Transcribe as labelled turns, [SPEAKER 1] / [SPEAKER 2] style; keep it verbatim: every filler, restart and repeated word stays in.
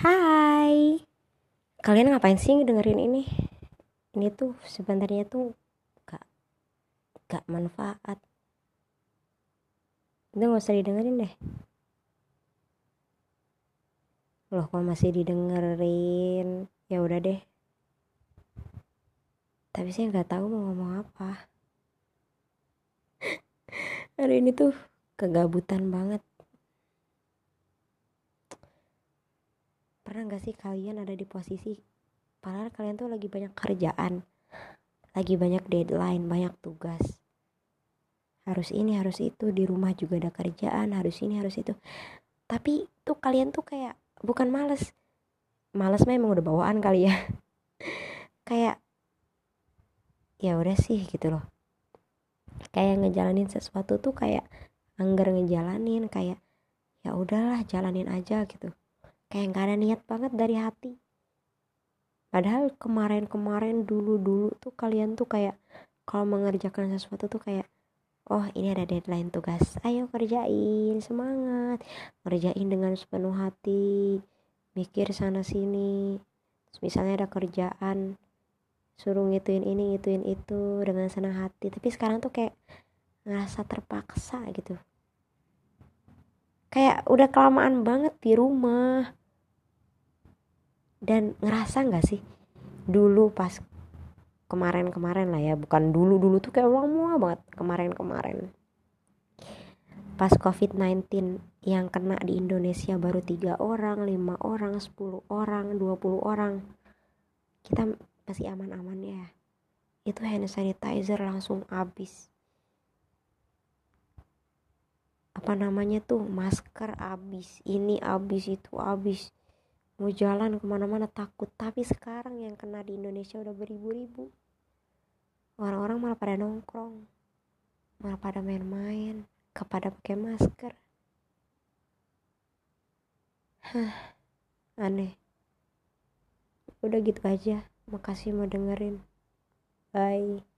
[SPEAKER 1] Hai, kalian ngapain sih dengerin ini? Ini tuh sebenarnya tuh gak, gak manfaat. Udah gak usah didengerin deh. Loh kok masih didengerin? Ya udah deh. Tapi saya nggak tahu mau ngomong apa. Hari ini tuh kegabutan banget. Pernah gak sih kalian ada di posisi padahal kalian tuh lagi banyak kerjaan, lagi banyak deadline, banyak tugas. Harus ini, harus itu, di rumah juga ada kerjaan, harus ini, harus itu. Tapi tuh kalian tuh kayak bukan males. Males memang udah bawaan kali ya. Kayak ya udah sih gitu loh. Kayak ngejalanin sesuatu tuh kayak anggar ngejalanin, kayak ya udahlah jalanin aja gitu. Kayak nggak ada niat banget dari hati. Padahal kemarin-kemarin dulu-dulu tuh kalian tuh kayak kalau mengerjakan sesuatu tuh kayak oh ini ada deadline tugas, ayo kerjain, semangat, ngerjain dengan sepenuh hati, mikir sana sini. Terus misalnya ada kerjaan suruh ngituin ini ngituin itu dengan senang hati, tapi sekarang tuh kayak ngerasa terpaksa gitu, kayak udah kelamaan banget di rumah. Dan ngerasa nggak sih dulu pas kemarin-kemarin lah ya, bukan dulu-dulu tuh kayak uang mua banget, kemarin-kemarin pas covid sembilan belas yang kena di Indonesia baru tiga orang, lima orang, sepuluh orang, dua puluh orang, kita masih aman-aman ya. Itu hand sanitizer langsung habis, apa namanya tuh, masker habis, ini habis, itu habis, mau jalan kemana-mana takut. Tapi sekarang yang kena di Indonesia udah beribu-ribu, orang-orang malah pada nongkrong, malah pada main-main, kepada pakai masker. Hah, aneh. Udah gitu aja, makasih mau dengerin, bye.